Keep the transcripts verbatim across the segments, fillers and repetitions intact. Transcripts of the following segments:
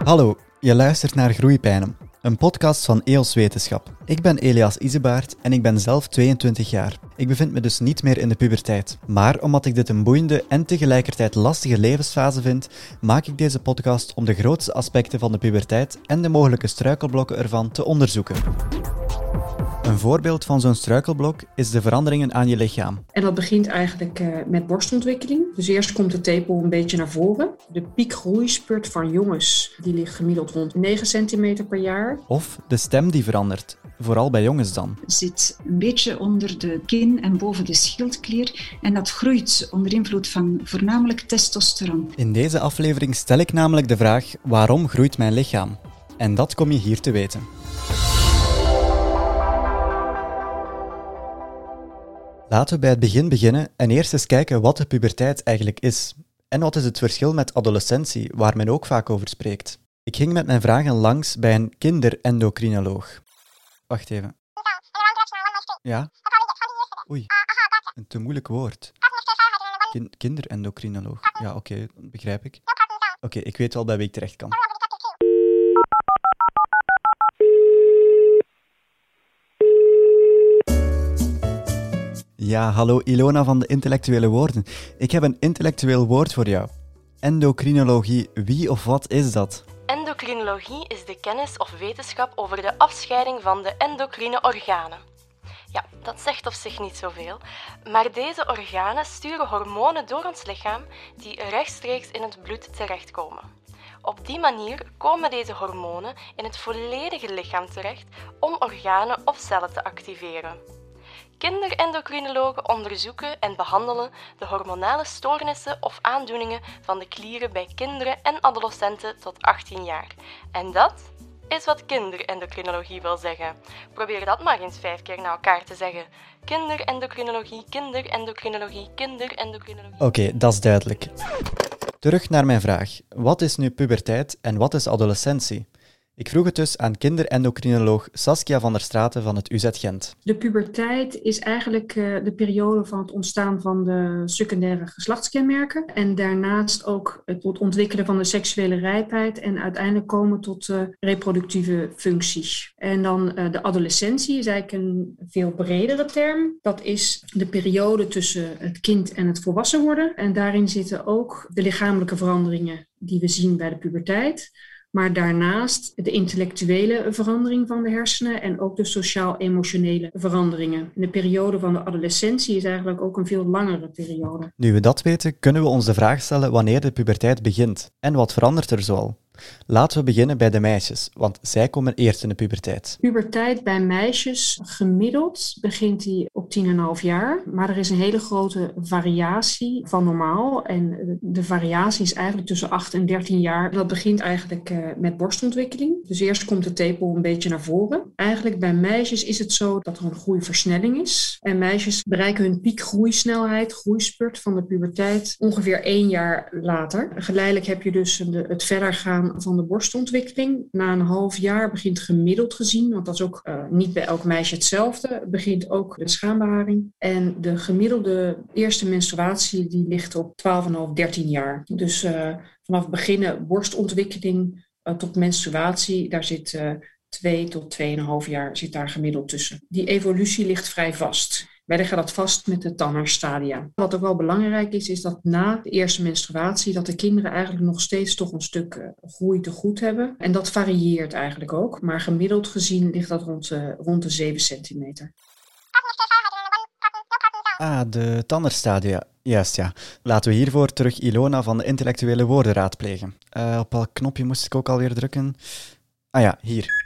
Hallo, je luistert naar Groeipijnen, een podcast van E O S Wetenschap. Ik ben Elias Isebaert en ik ben zelf tweeëntwintig jaar. Ik bevind me dus niet meer in de puberteit. Maar omdat ik dit een boeiende en tegelijkertijd lastige levensfase vind, maak ik deze podcast om de grootste aspecten van de puberteit en de mogelijke struikelblokken ervan te onderzoeken. Een voorbeeld van zo'n struikelblok is de veranderingen aan je lichaam. En dat begint eigenlijk uh, met borstontwikkeling. Dus eerst komt de tepel een beetje naar voren. De piekgroeispurt van jongens die ligt gemiddeld rond negen centimeter per jaar. Of de stem die verandert, vooral bij jongens dan. Zit een beetje onder de kin en boven de schildklier en dat groeit onder invloed van voornamelijk testosteron. In deze aflevering stel ik namelijk de vraag: waarom groeit mijn lichaam? En dat kom je hier te weten. Laten we bij het begin beginnen en eerst eens kijken wat de puberteit eigenlijk is. En wat is het verschil met adolescentie, waar men ook vaak over spreekt. Ik ging met mijn vragen langs bij een kinderendocrinoloog. Wacht even. Ja? Oei, een te moeilijk woord. Kin- kinderendocrinoloog. Ja, oké, okay, begrijp ik. Oké, okay, ik weet wel bij wie ik terecht kan. Ja, hallo Ilona van de Intellectuele Woorden. Ik heb een intellectueel woord voor jou. Endocrinologie, wie of wat is dat? Endocrinologie is de kennis of wetenschap over de afscheiding van de endocrine organen. Ja, dat zegt op zich niet zoveel, maar deze organen sturen hormonen door ons lichaam die rechtstreeks in het bloed terechtkomen. Op die manier komen deze hormonen in het volledige lichaam terecht om organen of cellen te activeren. Kinderendocrinologen onderzoeken en behandelen de hormonale stoornissen of aandoeningen van de klieren bij kinderen en adolescenten tot achttien jaar. En dat is wat kinderendocrinologie wil zeggen. Probeer dat maar eens vijf keer na elkaar te zeggen. Kinderendocrinologie, kinderendocrinologie, kinderendocrinologie. Oké, okay, dat is duidelijk. Terug naar mijn vraag. Wat is nu puberteit en wat is adolescentie? Ik vroeg het dus aan kinderendocrinoloog Saskia van der Straten van het U Z Gent. De puberteit is eigenlijk uh, de periode van het ontstaan van de secundaire geslachtskenmerken. En daarnaast ook het ontwikkelen van de seksuele rijpheid en uiteindelijk komen tot uh, reproductieve functies. En dan uh, de adolescentie is eigenlijk een veel bredere term. Dat is de periode tussen het kind en het volwassen worden. En daarin zitten ook de lichamelijke veranderingen die we zien bij de puberteit. Maar daarnaast de intellectuele verandering van de hersenen en ook de sociaal-emotionele veranderingen. De periode van de adolescentie is eigenlijk ook een veel langere periode. Nu we dat weten, kunnen we ons de vraag stellen wanneer de puberteit begint. En wat verandert er zoal? Laten we beginnen bij de meisjes, want zij komen eerst in de puberteit. Puberteit bij meisjes, gemiddeld begint die op tien komma vijf jaar. Maar er is een hele grote variatie van normaal. En de variatie is eigenlijk tussen acht en dertien jaar. Dat begint eigenlijk uh, met borstontwikkeling. Dus eerst komt de tepel een beetje naar voren. Eigenlijk bij meisjes is het zo dat er een groeiversnelling is. En meisjes bereiken hun piekgroeisnelheid, groeispurt van de puberteit ongeveer één jaar later. Geleidelijk heb je dus de, het verder gaan van de borstontwikkeling. Na een half jaar begint gemiddeld gezien, want dat is ook uh, niet bij elk meisje hetzelfde, begint ook de schaambeharing. En de gemiddelde eerste menstruatie die ligt op twaalf komma vijf, dertien jaar. Dus uh, vanaf beginnen borstontwikkeling uh, tot menstruatie, daar zit uh, twee tot twee komma vijf jaar zit daar gemiddeld tussen. Die evolutie ligt vrij vast. Wij leggen dat vast met de Tanner-stadia. Wat ook wel belangrijk is, is dat na de eerste menstruatie dat de kinderen eigenlijk nog steeds toch een stuk uh, groei te goed hebben. En dat varieert eigenlijk ook. Maar gemiddeld gezien ligt dat rond, uh, rond de zeven centimeter. Ah, de Tanner-stadia. Juist, ja. Laten we hiervoor terug Ilona van de Intellectuele Woorden raadplegen. Uh, op welk knopje moest ik ook alweer drukken? Ah ja, hier.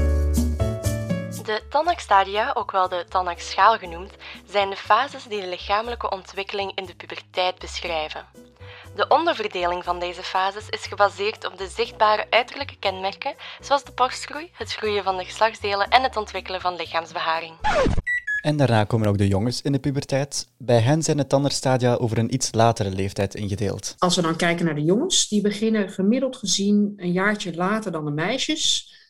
De Tannak-stadia, ook wel de Tannak-schaal genoemd, zijn de fases die de lichamelijke ontwikkeling in de puberteit beschrijven. De onderverdeling van deze fases is gebaseerd op de zichtbare uiterlijke kenmerken, zoals de borstgroei, het groeien van de geslachtsdelen en het ontwikkelen van lichaamsbeharing. En daarna komen ook de jongens in de puberteit. Bij hen zijn de Tanner-stadia over een iets latere leeftijd ingedeeld. Als we dan kijken naar de jongens, die beginnen gemiddeld gezien een jaartje later dan de meisjes.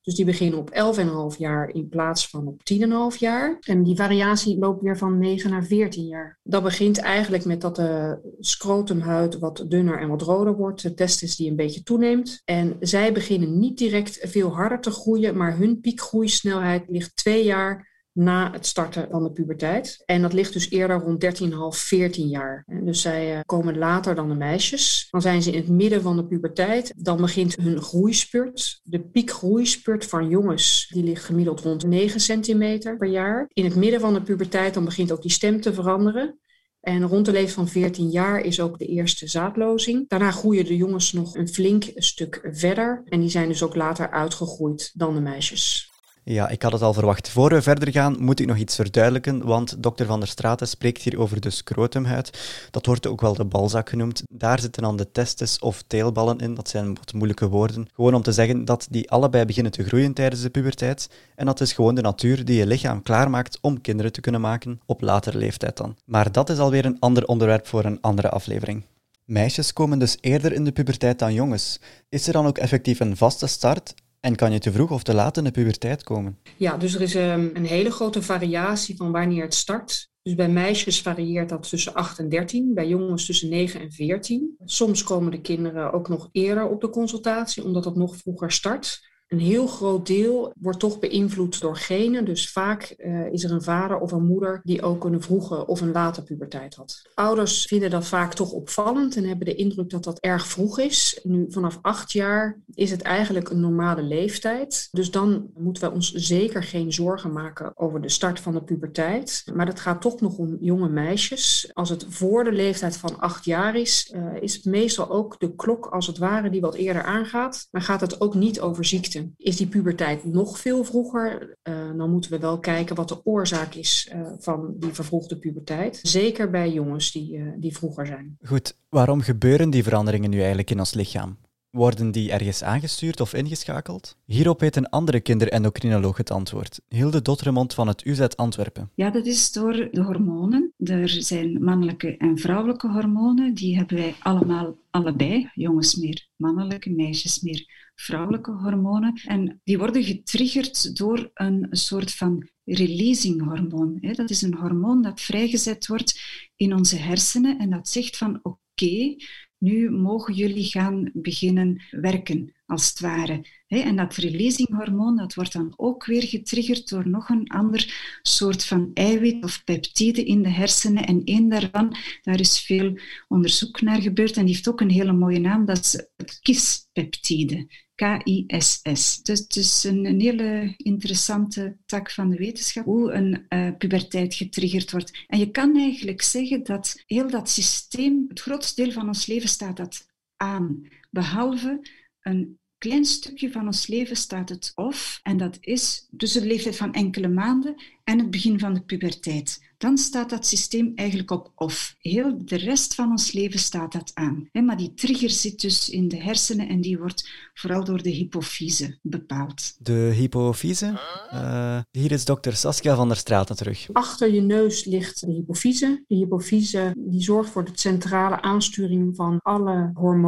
Dus die beginnen op elf komma vijf jaar in plaats van op tien komma vijf jaar. En die variatie loopt weer van negen naar veertien jaar. Dat begint eigenlijk met dat de scrotumhuid wat dunner en wat roder wordt. De testis die een beetje toeneemt. En zij beginnen niet direct veel harder te groeien, maar hun piekgroeisnelheid ligt twee jaar na het starten van de puberteit. En dat ligt dus eerder rond dertien komma vijf, veertien jaar. Dus zij komen later dan de meisjes. Dan zijn ze in het midden van de puberteit. Dan begint hun groeispurt. De piekgroeispurt van jongens die ligt gemiddeld rond negen centimeter per jaar. In het midden van de puberteit dan begint ook die stem te veranderen. En rond de leeftijd van veertien jaar is ook de eerste zaadlozing. Daarna groeien de jongens nog een flink stuk verder. En die zijn dus ook later uitgegroeid dan de meisjes. Ja, ik had het al verwacht. Voor we verder gaan, moet ik nog iets verduidelijken, want dokter Van der Straeten spreekt hier over de scrotumhuid. Dat wordt ook wel de balzak genoemd. Daar zitten dan de testes of teelballen in. Dat zijn wat moeilijke woorden. Gewoon om te zeggen dat die allebei beginnen te groeien tijdens de puberteit. En dat is gewoon de natuur die je lichaam klaarmaakt om kinderen te kunnen maken, op latere leeftijd dan. Maar dat is alweer een ander onderwerp voor een andere aflevering. Meisjes komen dus eerder in de puberteit dan jongens. Is er dan ook effectief een vaste start? En kan je te vroeg of te laat in de puberteit komen? Ja, dus er is um, een hele grote variatie van wanneer het start. Dus bij meisjes varieert dat tussen acht en dertien, bij jongens tussen negen en veertien. Soms komen de kinderen ook nog eerder op de consultatie, omdat het nog vroeger start. Een heel groot deel wordt toch beïnvloed door genen. Dus vaak uh, is er een vader of een moeder die ook een vroege of een late puberteit had. Ouders vinden dat vaak toch opvallend en hebben de indruk dat dat erg vroeg is. Nu vanaf acht jaar is het eigenlijk een normale leeftijd. Dus dan moeten we ons zeker geen zorgen maken over de start van de puberteit. Maar het gaat toch nog om jonge meisjes. Als het voor de leeftijd van acht jaar is, uh, is het meestal ook de klok als het ware die wat eerder aangaat. Maar gaat het ook niet over ziekte. Is die puberteit nog veel vroeger, uh, dan moeten we wel kijken wat de oorzaak is uh, van die vervroegde puberteit. Zeker bij jongens die, uh, die vroeger zijn. Goed, waarom gebeuren die veranderingen nu eigenlijk in ons lichaam? Worden die ergens aangestuurd of ingeschakeld? Hierop weet een andere kinderendocrinoloog het antwoord. Hilde Dotremont van het U Z Antwerpen. Ja, dat is door de hormonen. Er zijn mannelijke en vrouwelijke hormonen. Die hebben wij allemaal, allebei. Jongens meer mannelijke, meisjes meer vrouwelijke hormonen. En die worden getriggerd door een soort van releasing hormoon. Dat is een hormoon dat vrijgezet wordt in onze hersenen en dat zegt van oké, okay, nu mogen jullie gaan beginnen werken, als het ware. En dat releasinghormoon dat wordt dan ook weer getriggerd door nog een ander soort van eiwit of peptide in de hersenen. En één daarvan, daar is veel onderzoek naar gebeurd en die heeft ook een hele mooie naam, dat is het kispeptide. K I S S. Dus het is een, een hele interessante tak van de wetenschap, hoe een uh, puberteit getriggerd wordt. En je kan eigenlijk zeggen dat heel dat systeem, het grootste deel van ons leven staat dat aan, behalve een klein stukje van ons leven staat het off, en dat is tussen de leeftijd van enkele maanden en het begin van de puberteit. Dan staat dat systeem eigenlijk op off. Heel de rest van ons leven staat dat aan. Maar die trigger zit dus in de hersenen en die wordt vooral door de hypofyse bepaald. De hypofyse? Uh, hier is dokter Saskia van der Straeten terug. Achter je neus ligt de hypofyse. De hypofyse die zorgt voor de centrale aansturing van alle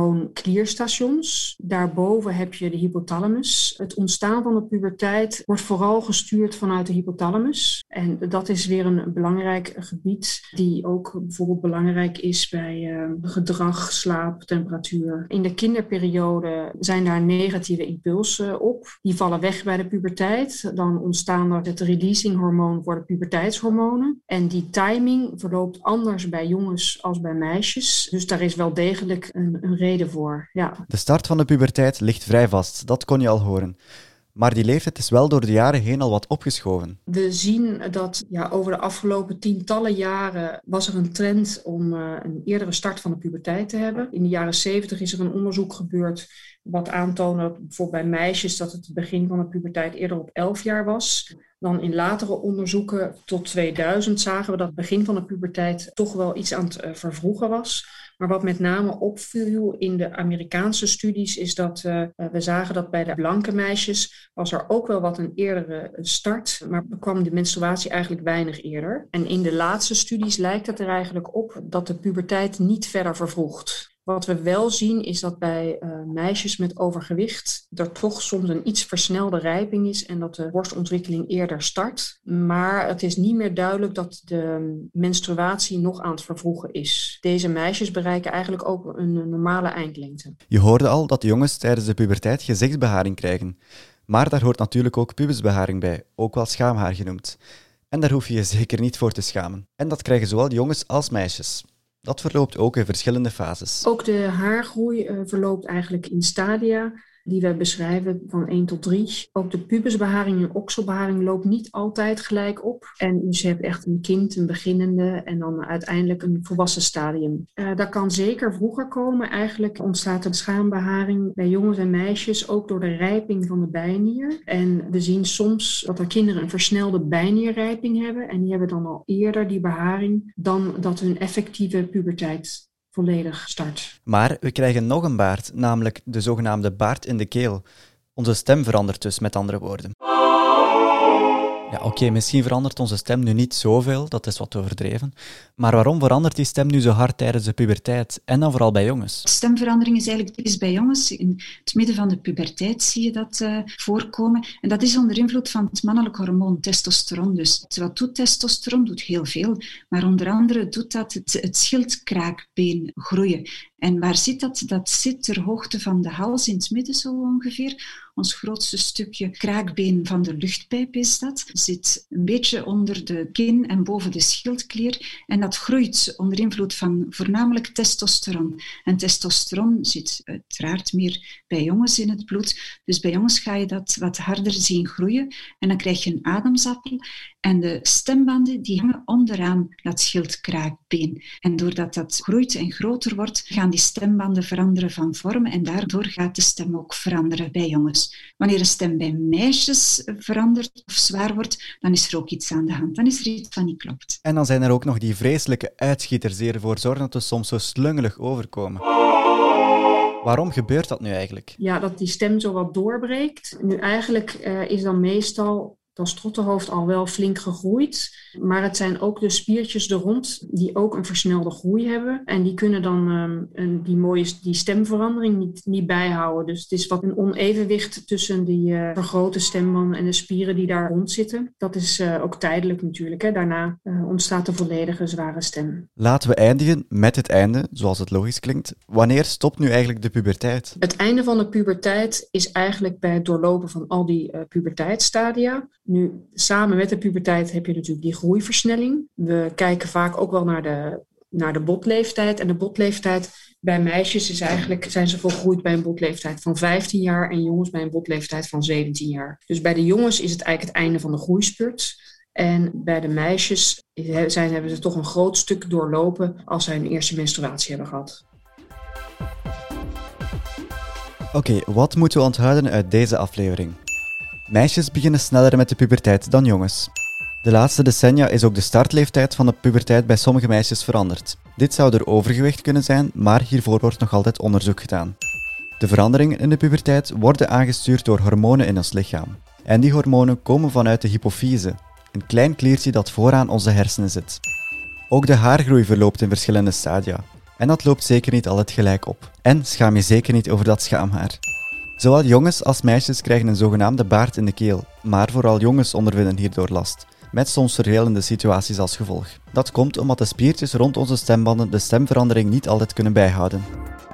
hormoonklierstations. Daarboven heb je de hypothalamus. Het ontstaan van de puberteit wordt vooral gestuurd vanuit de hypothalamus. En dat is weer een belangrijk gebied die ook bijvoorbeeld belangrijk is bij uh, gedrag, slaap, temperatuur. In de kinderperiode zijn daar negatieve impulsen op. Die vallen weg bij de puberteit. Dan ontstaan er het releasinghormoon voor de puberteitshormonen. En die timing verloopt anders bij jongens als bij meisjes. Dus daar is wel degelijk een, een reden voor. Ja. De start van de puberteit ligt vrij vast, dat kon je al horen. Maar die leeftijd is wel door de jaren heen al wat opgeschoven. We zien dat ja, over de afgelopen tientallen jaren was er een trend om uh, een eerdere start van de puberteit te hebben. In de jaren zeventig is er een onderzoek gebeurd wat aantoonde, bijvoorbeeld bij meisjes, dat het begin van de puberteit eerder op elf jaar was. Dan in latere onderzoeken tot tweeduizend zagen we dat het begin van de puberteit toch wel iets aan het uh, vervroegen was. Maar wat met name opviel in de Amerikaanse studies is dat uh, we zagen dat bij de blanke meisjes was er ook wel wat een eerdere start, maar kwam de menstruatie eigenlijk weinig eerder. En in de laatste studies lijkt het er eigenlijk op dat de puberteit niet verder vervroegt. Wat we wel zien is dat bij uh, meisjes met overgewicht er toch soms een iets versnelde rijping is en dat de borstontwikkeling eerder start. Maar het is niet meer duidelijk dat de menstruatie nog aan het vervroegen is. Deze meisjes bereiken eigenlijk ook een normale eindlengte. Je hoorde al dat jongens tijdens de puberteit gezichtsbeharing krijgen. Maar daar hoort natuurlijk ook pubisbeharing bij, ook wel schaamhaar genoemd. En daar hoef je je zeker niet voor te schamen. En dat krijgen zowel jongens als meisjes. Dat verloopt ook in verschillende fases. Ook de haargroei uh, verloopt eigenlijk in stadia die wij beschrijven van één tot drie. Ook de pubisbeharing en okselbeharing loopt niet altijd gelijk op. En dus je hebt echt een kind, een beginnende en dan uiteindelijk een volwassen stadium. Uh, dat kan zeker vroeger komen. Eigenlijk ontstaat er schaambeharing bij jongens en meisjes ook door de rijping van de bijnier. En we zien soms dat er kinderen een versnelde bijnierrijping hebben. En die hebben dan al eerder die beharing dan dat hun effectieve puberteit volledig start. Maar we krijgen nog een baard, namelijk de zogenaamde baard in de keel. Onze stem verandert dus, met andere woorden. Ja, oké, okay, misschien verandert onze stem nu niet zoveel, dat is wat overdreven. Maar waarom verandert die stem nu zo hard tijdens de puberteit? En dan vooral bij jongens? Stemverandering is eigenlijk is bij jongens. In het midden van de puberteit zie je dat uh, voorkomen. En dat is onder invloed van het mannelijk hormoon testosteron. Dus wat doet testosteron? Doet heel veel. Maar onder andere doet dat het, het schildkraakbeen groeien. En waar zit dat? Dat zit ter hoogte van de hals, in het midden zo ongeveer. Ons grootste stukje kraakbeen van de luchtpijp is dat. Zit een beetje onder de kin en boven de schildklier. En dat groeit onder invloed van voornamelijk testosteron. En testosteron zit uiteraard meer bij jongens in het bloed. Dus bij jongens ga je dat wat harder zien groeien. En dan krijg je een ademsappel. En de stembanden die hangen onderaan dat schildkraakbeen. En doordat dat groeit en groter wordt, gaan die stembanden veranderen van vorm. En daardoor gaat de stem ook veranderen bij jongens. Wanneer een stem bij meisjes verandert of zwaar wordt, dan is er ook iets aan de hand. Dan is er iets wat niet klopt. En dan zijn er ook nog die vreselijke uitschieters die ervoor zorgen dat we soms zo slungelig overkomen. Waarom gebeurt dat nu eigenlijk? Ja, dat die stem zo wat doorbreekt. Nu eigenlijk uh, is dan meestal dat strottenhoofd al wel flink gegroeid. Maar het zijn ook de spiertjes er rond die ook een versnelde groei hebben. En die kunnen dan um, een, die mooie die stemverandering niet, niet bijhouden. Dus het is wat een onevenwicht tussen die uh, vergrote stembanden en de spieren die daar rond zitten. Dat is uh, ook tijdelijk natuurlijk. Hè. Daarna uh, ontstaat de volledige zware stem. Laten we eindigen met het einde, zoals het logisch klinkt. Wanneer stopt nu eigenlijk de puberteit? Het einde van de puberteit is eigenlijk bij het doorlopen van al die uh, puberteitsstadia. Nu, samen met de puberteit heb je natuurlijk die groeiversnelling. We kijken vaak ook wel naar de, naar de botleeftijd. En de botleeftijd bij meisjes is eigenlijk, zijn ze volgroeid bij een botleeftijd van vijftien jaar en jongens bij een botleeftijd van zeventien jaar. Dus bij de jongens is het eigenlijk het einde van de groeispurt. En bij de meisjes zijn, hebben ze toch een groot stuk doorlopen als zij hun eerste menstruatie hebben gehad. Oké, okay, wat moeten we onthouden uit deze aflevering? Meisjes beginnen sneller met de puberteit dan jongens. De laatste decennia is ook de startleeftijd van de puberteit bij sommige meisjes veranderd. Dit zou door overgewicht kunnen zijn, maar hiervoor wordt nog altijd onderzoek gedaan. De veranderingen in de puberteit worden aangestuurd door hormonen in ons lichaam. En die hormonen komen vanuit de hypofyse, een klein kliertje dat vooraan onze hersenen zit. Ook de haargroei verloopt in verschillende stadia. En dat loopt zeker niet altijd gelijk op. En schaam je zeker niet over dat schaamhaar. Zowel jongens als meisjes krijgen een zogenaamde baard in de keel, maar vooral jongens ondervinden hierdoor last, met soms vervelende situaties als gevolg. Dat komt omdat de spiertjes rond onze stembanden de stemverandering niet altijd kunnen bijhouden.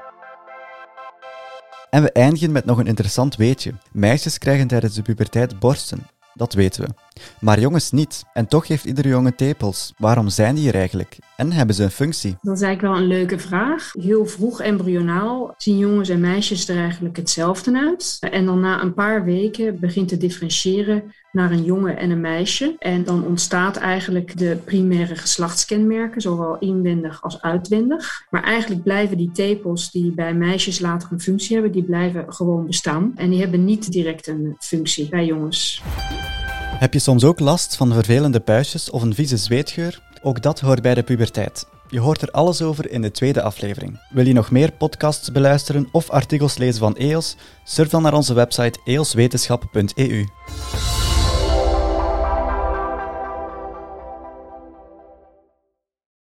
En we eindigen met nog een interessant weetje. Meisjes krijgen tijdens de puberteit borsten. Dat weten we. Maar jongens niet. En toch heeft iedere jongen tepels. Waarom zijn die er eigenlijk? En hebben ze een functie? Dat is eigenlijk wel een leuke vraag. Heel vroeg embryonaal zien jongens en meisjes er eigenlijk hetzelfde uit. En dan na een paar weken begint te differentiëren naar een jongen en een meisje. En dan ontstaat eigenlijk de primaire geslachtskenmerken, zowel inwendig als uitwendig. Maar eigenlijk blijven die tepels die bij meisjes later een functie hebben, die blijven gewoon bestaan. En die hebben niet direct een functie bij jongens. Heb je soms ook last van vervelende puistjes of een vieze zweetgeur? Ook dat hoort bij de puberteit. Je hoort er alles over in de tweede aflevering. Wil je nog meer podcasts beluisteren of artikels lezen van E O S? Surf dan naar onze website e o s wetenschap punt e u.